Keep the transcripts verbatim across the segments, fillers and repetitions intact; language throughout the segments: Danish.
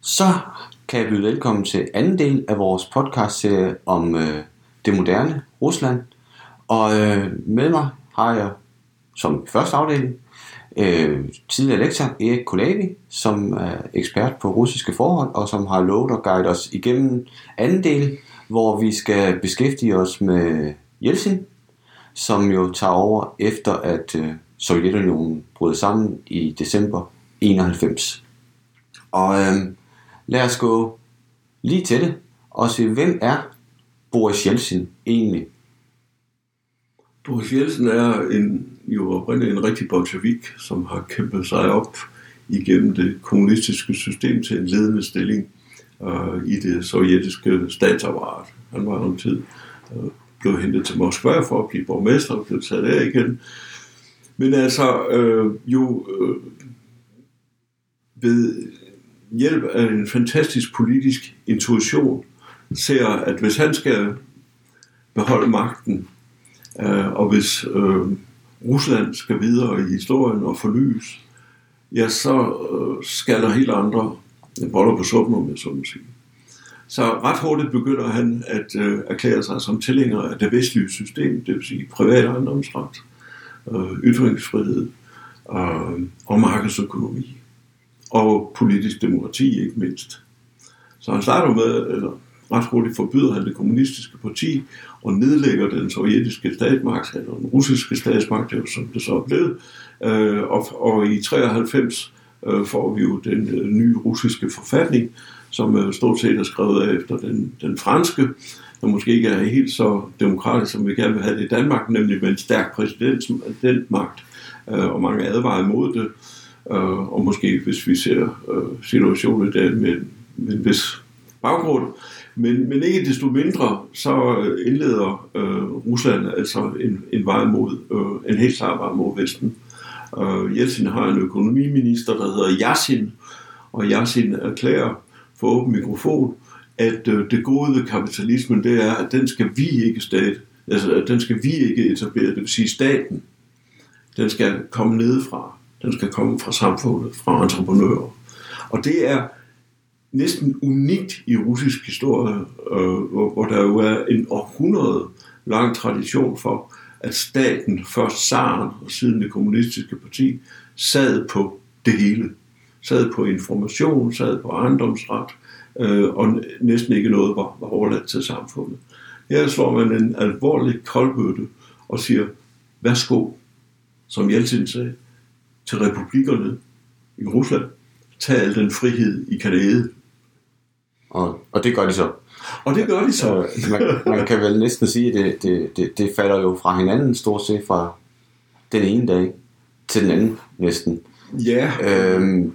Så kan jeg byde velkommen til anden del af vores podcastserie om øh, det moderne Rusland. Og øh, med mig har jeg som første afdeling øh, tidligere lektor Erik Kulavi, som er ekspert på russiske forhold, og som har lovet at guide os igennem anden del, hvor vi skal beskæftige os med Jeltsin, som jo tager over efter at øh, Sovjetunionen brød sammen i december enoghalvfems. Og øh, lad os gå lige til det og se, hvem er Boris Jeltsin egentlig? Boris Jeltsin er en, jo oprindeligt en rigtig bolsjevik, som har kæmpet sig op igennem det kommunistiske system til en ledende stilling øh, i det sovjetiske statsapparat. Han var en tid øh, blev hentet til Moskva for at blive borgmester og blev taget der igen. Men altså øh, jo øh, ved hjælp af en fantastisk politisk intuition ser, at hvis han skal beholde magten, øh, og hvis øh, Rusland skal videre i historien og fornyes, ja, så øh, skal der helt andre boller på suppen, om jeg så må sige. Så ret hurtigt begynder han at øh, erklære sig som tilhænger af det vestlige system, det vil sige privat ejendomsret, øh, ytringsfrihed øh, og markedsøkonomi. Og politisk demokrati, ikke mindst. Så han starter med, eller ret hurtigt forbyder han det kommunistiske parti, og nedlægger den sovjetiske statsmagt, eller den russiske statsmagt, som det så er blevet. Øh, og, og i treoghalvfems øh, får vi jo den øh, nye russiske forfatning, som øh, stort set er skrevet af efter den, den franske, der måske ikke er helt så demokratisk, som vi gerne vil have det i Danmark, nemlig med en stærk præsidentmagt, øh, og mange advarer imod det. Uh, og måske hvis vi ser uh, situationen der med, med en vis baggrund. Men, men ikke desto mindre, så indleder uh, Rusland altså en, en vej mod, uh, en helt klar vej mod Vesten. Uh, Jeltsin har en økonomiminister, der hedder Yasin, og Yasin erklærer for åben mikrofon, at uh, det gode ved kapitalismen, det er, at den skal vi ikke stat, altså at den skal vi ikke etablere, det vil sige staten. Den skal komme nedefra. Den skal komme fra samfundet, fra entreprenører. Og det er næsten unikt i russisk historie, øh, hvor, hvor der jo er en århundrede lang tradition for, at staten, først zaren og siden det kommunistiske parti, sad på det hele. Sad på information, sad på ejendomsret, øh, og næsten ikke noget var, var overladt til samfundet. Her slår man en alvorlig koldbøtte og siger, værsgo, som Jeltsin sagde, til republikkerne i Rusland, tage al den frihed, I kan æde. Og, og det gør de så. Og det gør de så. man, man kan vel næsten sige, at det, det, det, det falder jo fra hinanden stort set fra den ene dag til den anden næsten. Ja. Øhm,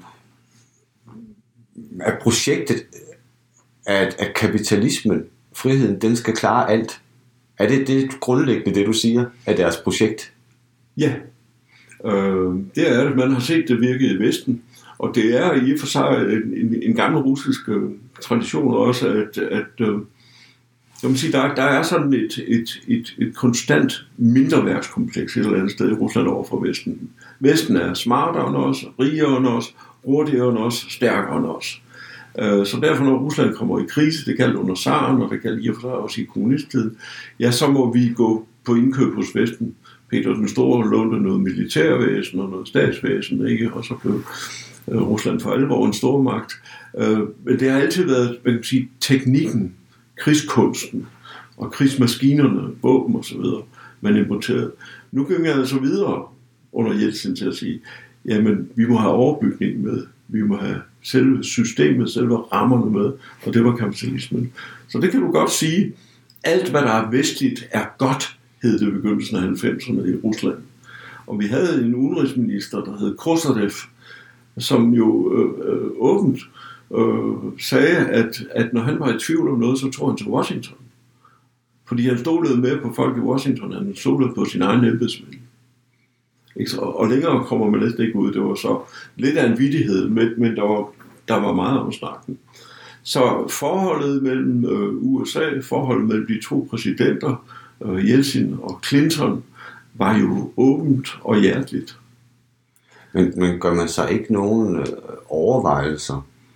at projektet, at, at kapitalismen, friheden, den skal klare alt. Er det det grundlæggende, det du siger, af deres projekt? Ja. Øh, det er det, man har set det virke i Vesten, og det er i og for sig en, en, en gammel russisk uh, tradition også, at, at uh, jeg må sige, der, der er sådan et, et, et, et konstant mindreværdskompleks et eller andet sted i Rusland over for Vesten. Vesten er smartere end os, rigere end os, hurtigere end os, stærkere end os. Uh, så derfor, når Rusland kommer i krise, det galt under zaren, og det galt i og for sig også i kommunisttiden, ja, så må vi gå på indkøb hos Vesten. Peter den Store lånte noget militærvæsen og noget statsvæsen, ikke? Og så blev øh, Rusland for alvor en stormagt. Øh, men det har altid været, man kan sige, teknikken, krigskunsten og krigsmaskinerne, våben og så videre, man importerede. Nu gik jeg altså videre under Jeltsin til at sige, jamen, vi må have overbygning med, vi må have selve systemet, selve rammerne med, og det var kapitalismen. Så det kan du godt sige, alt hvad der er vestligt er godt, hed det i begyndelsen af halvfemserne i Rusland. Og vi havde en udenrigsminister, der hed Khrushchev, som jo øh, åbent øh, sagde, at, at når han var i tvivl om noget, så tog han til Washington. Fordi han stolede med på folk i Washington, han stolede på sin egen embedsmænd. Og, og længere kommer man næsten ikke ud. Det var så lidt af en vittighed, men, men der, var, der var meget om snakken. Så forholdet mellem øh, U S A, forholdet mellem de to præsidenter, Jeltsin og Clinton, var jo åbent og hjerteligt. Men, men gør man så ikke nogen øh, overvejelser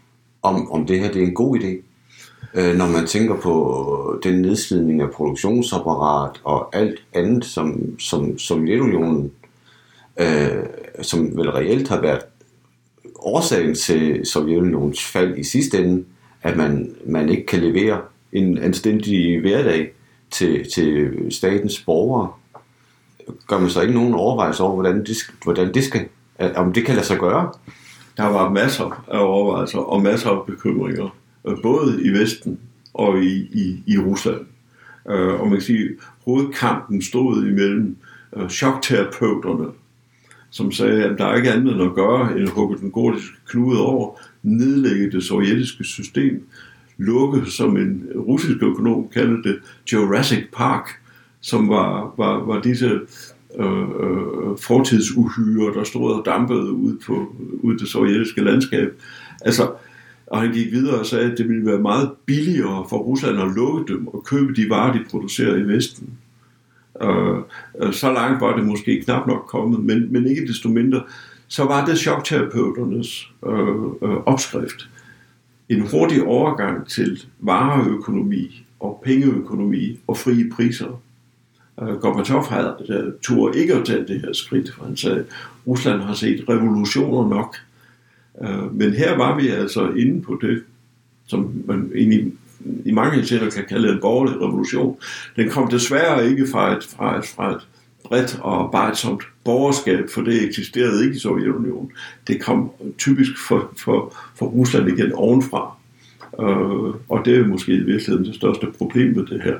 om, om det her det er en god idé. Øh, når man tænker på den nedslidning af produktionsapparat og alt andet, som, som Sovjetunionen, øh, som vel reelt har været årsagen til Sovjetunionens fald i sidste ende, at man, man ikke kan levere en anstændig hverdag til, til statens borgere, gør man så ikke nogen overvejelse over, hvordan det, hvordan det skal, om det kan lade sig gøre? Der var masser af overvejelser og masser af bekymringer, både i Vesten og i, i, i Rusland. Og man kan sige, at hovedkampen stod imellem chokterapeuterne, som sagde, at der er ikke andet end at gøre, end at hugge den gordiske knude over, nedlægge det sovjetiske system, lukke, som en russisk økonom kaldte det, Jurassic Park, som var, var, var disse øh, fortidsuhyrer, der stod og dampede ud på ud det sovjetiske landskab. Altså, og han gik videre og sagde, at det ville være meget billigere for Rusland at lukke dem og købe de varer, de producerer i Vesten. Øh, så langt var det måske knap nok kommet, men, men ikke desto mindre, så var det chokterapeuternes øh, øh, opskrift. En hurtig overgang til vareøkonomi og pengeøkonomi og frie priser. Uh, Gorbachev havde uh, turde ikke at tage det her skridt, for han sagde, at Rusland har set revolutioner nok. Uh, men her var vi altså inde på det, som man i, i mange henseender kan kalde en borgerlig revolution. Den kom desværre ikke fra et, fra et, fra et bredt og arbejdsomt borgerskab, for det eksisterede ikke i Sovjetunionen. Det kom typisk for, for, for Rusland igen ovenfra. Uh, og det er måske i virkeligheden det største problem ved det her.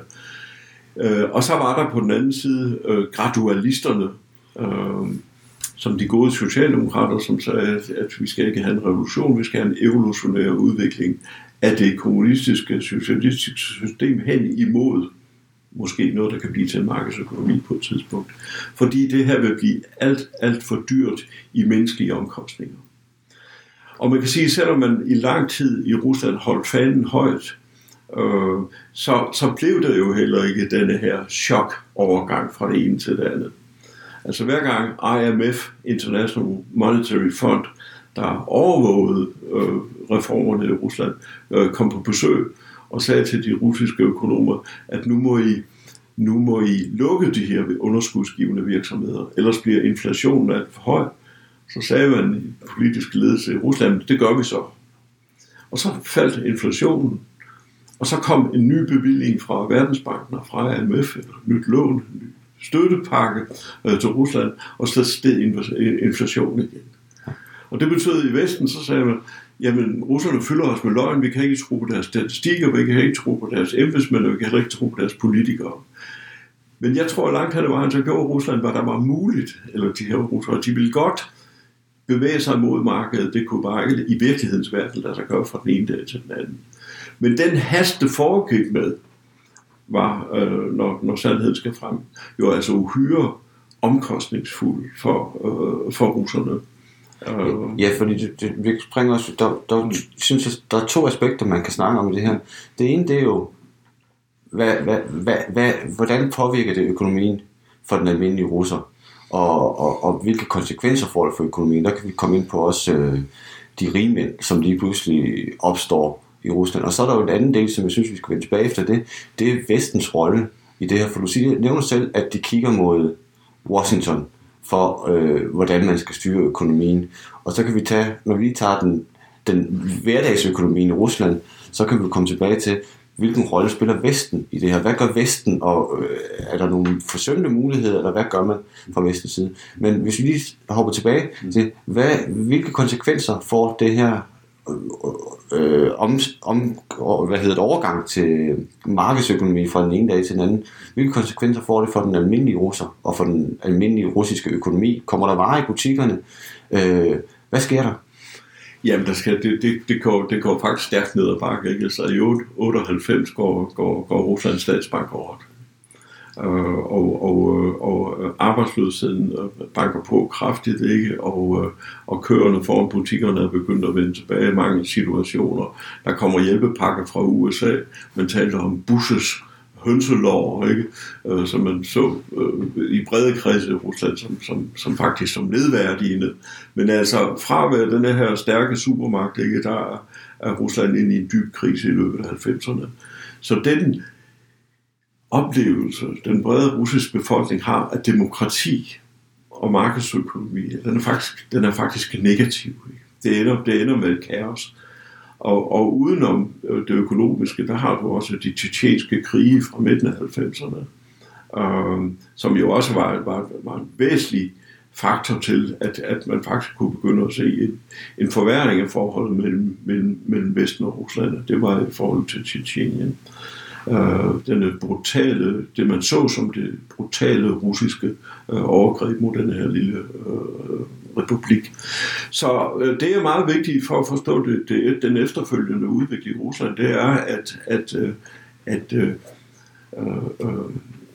Uh, og så var der på den anden side uh, gradualisterne, uh, som de gode socialdemokrater, som sagde, at vi skal ikke have en revolution, vi skal have en evolutionær udvikling af det kommunistiske, socialistiske system hen imod måske noget, der kan blive til en markedsøkonomi på et tidspunkt. Fordi det her vil blive alt, alt for dyrt i menneskelige omkostninger. Og man kan sige, at selvom man i lang tid i Rusland holdt fanen højt, øh, så, så blev der jo heller ikke denne her chok-overgang fra det ene til det andet. Altså hver gang I M F, International Monetary Fund, der overvågede øh, reformerne i Rusland, øh, kom på besøg og sagde til de russiske økonomer, at nu må I, nu må I lukke de her underskudsgivende virksomheder, ellers bliver inflationen alt for høj. Så sagde man i politisk ledelse i Rusland, det gør vi så. Og så faldt inflationen, og så kom en ny bevilling fra Verdensbanken og fra I M F, et nyt lån, en ny støttepakke øh, til Rusland, og så steg inflationen igen. Og det betød i Vesten, så sagde man, jamen russerne fylder os med løgn, vi kan ikke tro på deres statistikker, vi kan ikke tro på deres embedsmænd, og vi kan heller ikke tro på deres politikere. Men jeg tror langt hen ad vejen, så gjorde Rusland, hvad der var muligt, eller de her russere, de ville godt bevæge sig mod markedet, det kunne bare ikke i virkelighedens verden lade sig gøre fra den ene dag til den anden. Men den hast, det foregik med, var, øh, når, når sandheden skal frem, jo altså uhyre omkostningsfuld for, øh, for russerne. Ja, fordi det, det, vi springer også, der, der, synes jeg, der er to aspekter, man kan snakke om i det her. Det ene, det er jo, hvad, hvad, hvad, hvad, hvordan påvirker det økonomien for den almindelige russer, og, og, og hvilke konsekvenser får det for økonomien. Der kan vi komme ind på også øh, de rige mænd, som lige pludselig opstår i Rusland. Og så er der jo en anden del, som jeg synes, vi skal vende tilbage efter det, det er Vestens rolle i det her. For du siger, nævner selv, at de kigger mod Washington for, øh, hvordan man skal styre økonomien. Og så kan vi tage, når vi tager den, den hverdagsøkonomien i Rusland, så kan vi komme tilbage til, hvilken rolle spiller Vesten i det her? Hvad gør Vesten, og øh, er der nogle forsømte muligheder, eller hvad gør man fra Vestens side? Men hvis vi lige hopper tilbage til, hvad, hvilke konsekvenser får det her øh, om, om, hvad hedder det, overgang til markedsøkonomi fra den ene dag til den anden? Hvilke konsekvenser får det for den almindelige russer og for den almindelige russiske økonomi? Kommer der varer i butikkerne? Øh, hvad sker der? Jamen, der skal, det, det, det, går, det går faktisk stærkt ned ad bakke. Ikke? Så i otteoghalvfems går, går, går Ruslands statsbankerot. Uh, og, og, og arbejdsløsheden banker på kraftigt, ikke? Og, og køerne foran butikkerne er begyndt at vende tilbage i mange situationer. Der kommer hjælpepakker fra U S A. Man taler om Bushes hønselår, ikke? Øh, som man så øh, i brede kredse i Rusland, som, som, som faktisk som nedværdigende. Men altså fra at være den her stærke supermagt, ikke, der er, er Rusland inde i en dyb krise i løbet af halvfemserne. Så den oplevelse, den brede russiske befolkning har af demokrati og markedsøkonomi, den er faktisk, den er faktisk negativ. Ikke? Det, ender, det ender med et kaos. Og, og udenom det økonomiske, der har du også de tjetjenske krige fra midten af halvfemserne, øh, som jo også var, var, var en væsentlig faktor til, at, at man faktisk kunne begynde at se en, en forværring af forholdet mellem, mellem, mellem Vesten og Rusland. Det var i forhold til Tjetjenien. Uh, denne brutale, det man så som det brutale russiske uh, overgreb mod den her lille uh, republik. Så uh, det er meget vigtigt for at forstå det, det, den efterfølgende udvikling i Rusland, det er, at, at, uh, at uh, uh,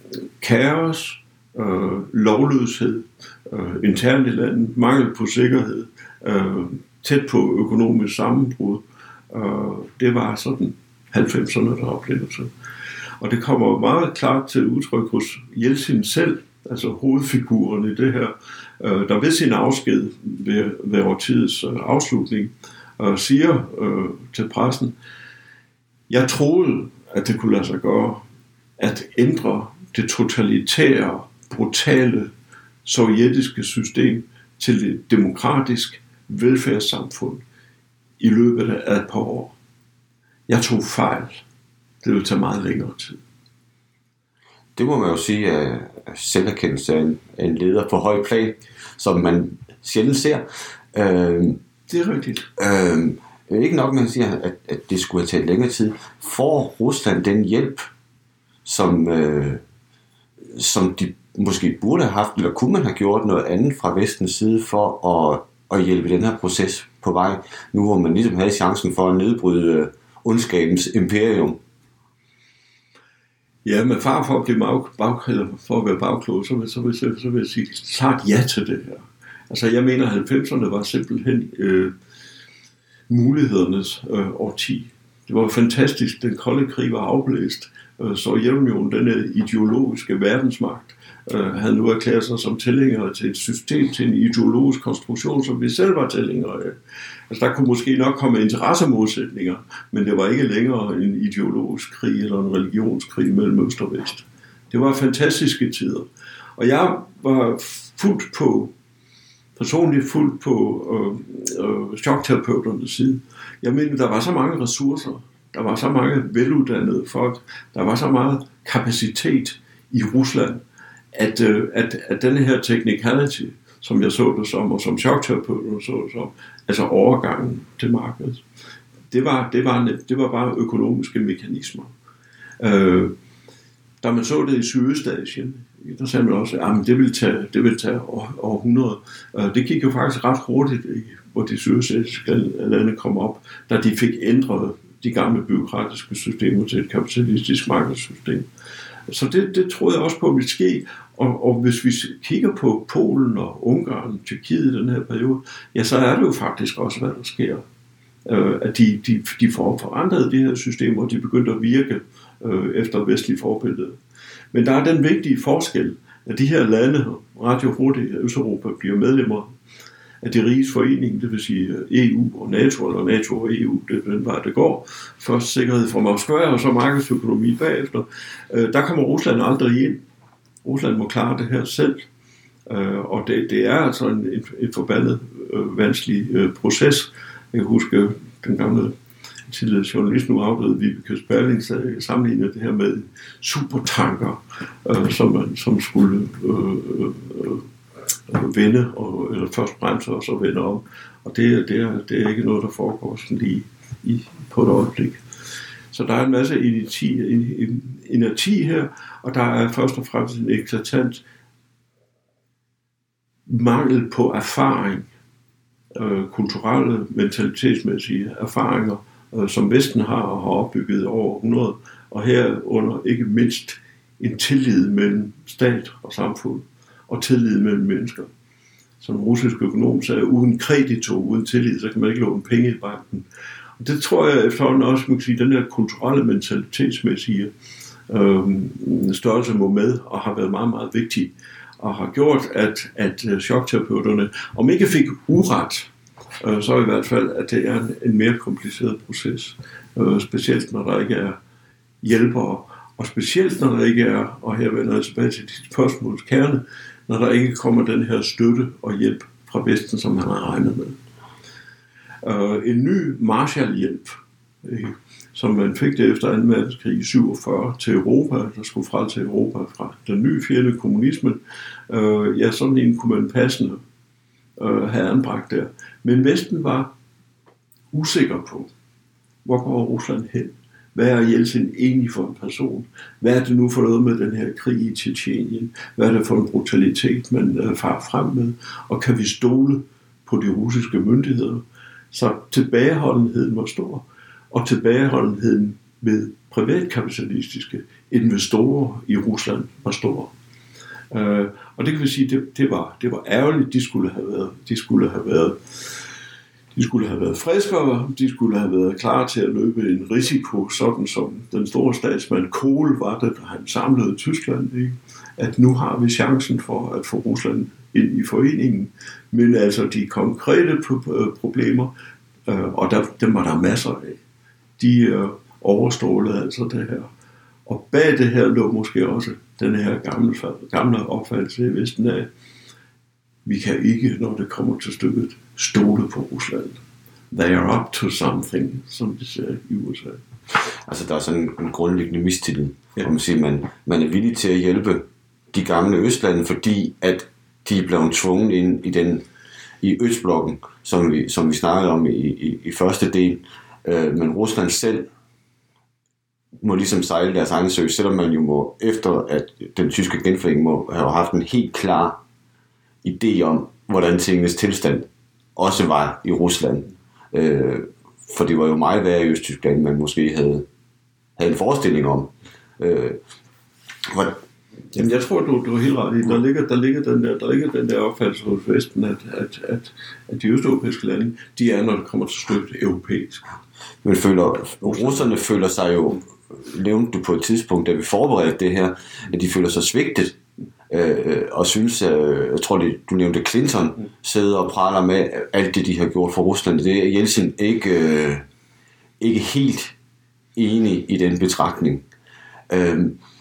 kaos, uh, lovløshed, uh, internt i landet, mangel på sikkerhed, uh, tæt på økonomisk sammenbrud, uh, det var sådan halvfemserne, der oplevede sig. Og det kommer meget klart til udtryk hos Jeltsin selv, altså hovedfiguren i det her, øh, der ved sin afsked ved, ved årtidets øh, afslutning, øh, siger øh, til pressen, jeg troede, at det kunne lade sig gøre at ændre det totalitære, brutale sovjetiske system til et demokratisk velfærdssamfund i løbet af et par år. Jeg tog fejl. Det vil tage meget længere tid. Det må man jo sige, at selverkendelse er en, en leder på høj plan, som man sjældent ser. Øh, det er rigtigt. Øh, ikke nok, man siger, at, at det skulle have taget længere tid. Får Rusland den hjælp, som, øh, som de måske burde have haft, eller kunne man have gjort noget andet fra Vestens side for at, at hjælpe den her proces på vej, nu hvor man ligesom havde chancen for at nedbryde ondskabens imperium? Ja, men far for at blive bag, bag, eller for at være bagklog, så vil, så, vil, så, så vil jeg sige klart ja til det her. Altså jeg mener, at halvfemserne var simpelthen øh, mulighedernes øh, årti. Det var fantastisk. Den kolde krig var afblæst. Øh, Sovjetunionen, denne ideologiske verdensmagt, øh, havde nu erklæret sig som tilhængere til et system, til en ideologisk konstruktion, som vi selv var tilhængere af. Altså der kunne måske nok komme interessemodsætninger, men det var ikke længere en ideologisk krig eller en religionskrig mellem øst og vest. Det var fantastiske tider. Og jeg var fuldt på, personligt fuldt på øh, øh, chokterapeuterne side. Jeg mener, der var så mange ressourcer, der var så mange veluddannede folk, der var så meget kapacitet i Rusland, at, øh, at, at denne her technicality, som jeg så det som, og som chokterapeuterne så det som, altså overgangen til markedet, det var, det var, det var bare økonomiske mekanismer. Øh, da man så det i Sydøstasien, der sagde man også, at det ville tage, det ville tage århundreder. Øh, det gik jo faktisk ret hurtigt, hvor de sydøstasiske lande kom op, da de fik ændret de gamle byråkratiske systemer til et kapitalistisk markedssystem. Så det, det troede jeg også på ville ske, og, og hvis vi kigger på Polen og Ungarn, Tyrkiet i den her periode, ja, så er det jo faktisk også, hvad der sker. Øh, at de, de, de får forandret de her systemer, og de begynder at virke øh, efter vestlige forbilleder. Men der er den vigtige forskel, at de her lande ret jo hurtigt, at Østeuropa bliver medlemmer af det riges forening, det vil sige E U og NATO, eller NATO og E U, det er den vej, det går. Først sikkerhed fra Moskva, og så markedsøkonomi bagefter. Øh, der kommer Rusland aldrig ind. Rusland må klare det her selv. Øh, og det, det er altså en, en, en forbandet øh, vanskelig øh, proces. Jeg kan huske den gamle tidligere journalist, nu afdøde Vibeke Sperling, sammenlignede det her med supertanker, øh, som, man, som skulle øh, øh, vende, og, eller først bremse og så vende om. Og det, det, er, det er ikke noget, der foregår sådan lige i, på et øjeblik. Så der er en masse inerti, inerti her, og der er først og fremmest en eklatant mangel på erfaring, øh, kulturelle, mentalitetsmæssige erfaringer, øh, som Vesten har og har opbygget over hundrede, og herunder ikke mindst en tillid mellem stat og samfund, og tillid mellem mennesker. Som en russisk økonom sagde, uden kreditor, uden tillid, så kan man ikke låne penge i banken. Og det tror jeg efterhånden også, man kan sige, den her kulturelle mentalitetsmæssige øh, størrelse må med, og har været meget, meget vigtig, og har gjort, at, at chokterapeuterne, om ikke fik uret, øh, så i hvert fald, at det er en, en mere kompliceret proces. Øh, specielt når der ikke er hjælpere, og specielt når der ikke er, og her vender jeg tilbage til dit spørgsmåls kerne, når der ikke kommer den her støtte og hjælp fra Vesten, som man har regnet med. Uh, en ny Marshallhjælp, ikke, som man fik det efter anden verdenskrig i syvogfyrre til Europa, der skulle fra til Europa fra den nye fjende kommunismen, uh, ja, sådan en kunne man passende uh, have anbragt der. Men Vesten var usikker på, hvor går Rusland hen? Hvad er Jeltsin egentlig for en person? Hvad er det nu for noget med den her krig i Tjetjenien? Hvad er det for en brutalitet, man uh, farer frem med? Og kan vi stole på de russiske myndigheder? Så tilbageholdenheden var stor, og tilbageholdenheden ved privatkapitalistiske investorer i Rusland var stor. Uh, og det kan vi sige, det, det var det var ærgerligt. De skulle have været, de skulle have været, de skulle have været friskere. De skulle have været klar til at løbe en risiko, sådan som den store statsmand Kohl var det, da han samlede Tyskland. Ikke? At nu har vi chancen for at få Rusland ind i foreningen, men altså de konkrete problemer, øh, og der, dem var der masser af, de øh, overstrålede altså det her. Og bag det her lå måske også den her gamle, gamle opfattelse i Vesten af, vi kan ikke, når det kommer til stykket, stole på Rusland. They are up to something, som de siger i U S A. Altså der er sådan en grundlæggende mistillid, ja. Om man siger, man, man er villig til at hjælpe de gamle Østlande, fordi at de er blevet tvunget ind i den i Østblokken, som vi, som vi snakkede om i, i, i første del. Øh, men Rusland selv må ligesom sejle deres egen sø, selvom man jo må, efter at den tyske genforening må have haft en helt klar idé om, hvordan tingenes tilstand også var i Rusland. Øh, for det var jo meget værre i Østtyskland, man måske havde, havde en forestilling om. Øh, hvor, Jamen, jeg tror, du, du er helt ret i. Der ligger, der ligger den der, der ligger den der opfattelse hos Vesten, at, at, at, at de østeuropæiske lande, de er, når det kommer til stykket, europæisk. Men føler, russerne føler sig jo, nævnte du på et tidspunkt, da vi forberedte det her, at de føler sig svigtet, øh, og synes, øh, jeg tror, det, du nævnte Clinton, sidder og praler med alt det, de har gjort for Rusland. Det er Jeltsin ikke, øh, ikke helt enig i den betragtning. Øh,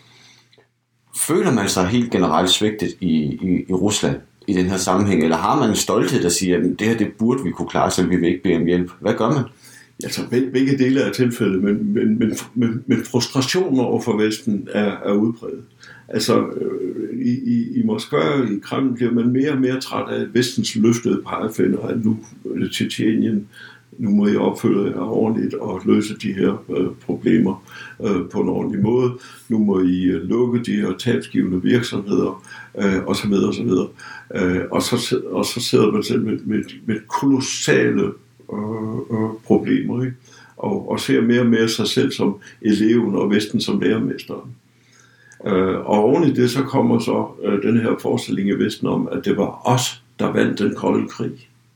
Føler man sig helt generelt svigtet i, i, i Rusland i den her sammenhæng, eller har man en stolthed, der siger, at det her det burde vi kunne klare, så vi vil ikke bede om hjælp? Hvad gør man? Altså, begge dele er tilfældet, men, men, men, men, men frustrationen over for Vesten er, er udbredt. Altså, øh, i, i, i Moskva og i Kreml bliver man mere og mere træt af Vestens løftede pegefinder, at nu er Tjetjenien, nu må I opføre jer ordentligt og løse de her øh, problemer øh, på en ordentlig måde. Nu må I øh, lukke de her tabsgivende virksomheder, øh, og så videre, og så videre. Øh, og, så, og så sidder man selv med, med, med kolossale øh, øh, problemer, ikke? Og, og ser mere og mere sig selv som eleven og Vesten som lærermesteren. Øh, og oven i det så kommer så øh, den her forestilling i Vesten om, at det var os, der vandt den kolde krig.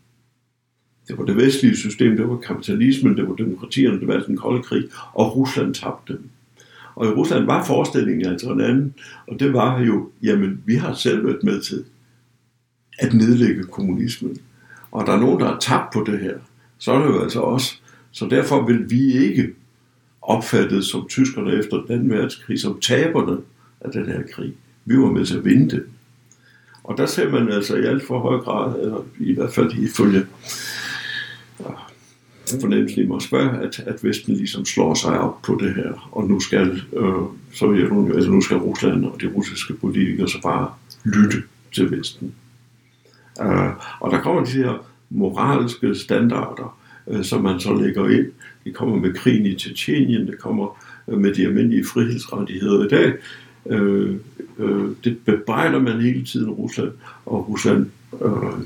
Det var det vestlige system, det var kapitalismen, det var demokratierne, det var den kolde krig, og Rusland tabte dem. Og i Rusland var forestillingen altså en anden, og det var jo, jamen, vi har selv været med til at nedlægge kommunismen. Og der er nogen, der har tabt på det her, så er det jo altså os. Så derfor vil vi ikke opfattet som tyskerne efter den anden verdenskrig, som taberne af den her krig. Vi var med til at vinde den. Og der ser man altså i alt for høj grad, eller i hvert fald ifølge fornemmelsen i Moskva, at, at Vesten ligesom slår sig op på det her, og nu skal, øh, Sovjetunionen, altså nu skal Rusland og de russiske politikere så bare lytte til Vesten. Øh, og der kommer de her moralske standarder, øh, som man så lægger ind. Det kommer med krigen i Tjetjenien, det kommer øh, med de almindelige frihedsrettigheder i dag. Øh, øh, det bebrejder man hele tiden Rusland, og Rusland øh,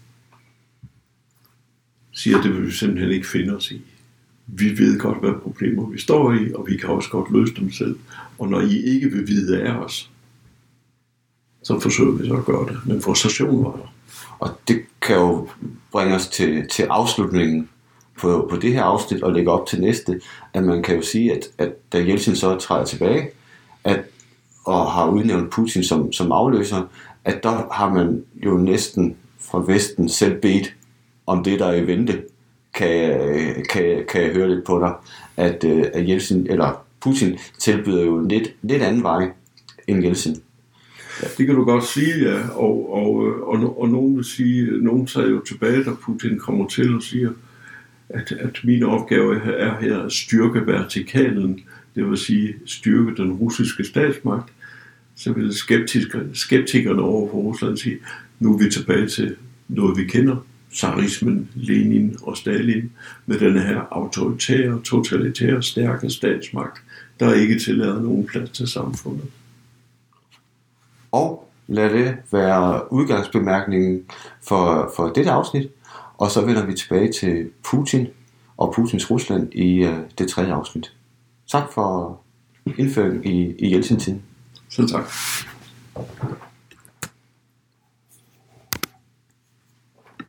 siger, at det vil vi simpelthen ikke finde os i. Vi ved godt, hvad problemer vi står i, og vi kan også godt løse dem selv. Og når I ikke vil vide af os, så forsøger vi så at gøre det. Men frustrationen var der. Og det kan jo bringe os til, til afslutningen på, på det her afsnit og lægge op til næste, at man kan jo sige, at, at da Jeltsin så træder tilbage, at, og har udnævnt Putin som, som afløser, at der har man jo næsten fra Vesten selv bedt om det, der er i vente, kan, kan, kan jeg høre lidt på dig, at, at Jeltsin, eller Putin tilbyder jo lidt, lidt anden vej end Jeltsin. Ja, det kan du godt sige, ja. Og, og, og, og nogen vil sige, nogen tager jo tilbage, da Putin kommer til og siger, at, at min opgave er her at styrke vertikalen, det vil sige styrke den russiske statsmagt. Så vil skeptikerne, skeptikerne over for Rusland sige, nu er vi tilbage til noget, vi kender, zarismen, Lenin og Stalin, med den her autoritære, totalitære, stærke statsmagt, der ikke tillader nogen plads til samfundet. Og lad det være udgangsbemærkningen for, for dette afsnit, og så vender vi tilbage til Putin og Putins Rusland i uh, det tredje afsnit. Tak for indføringen i, i Jeltsin-tiden. Selv tak.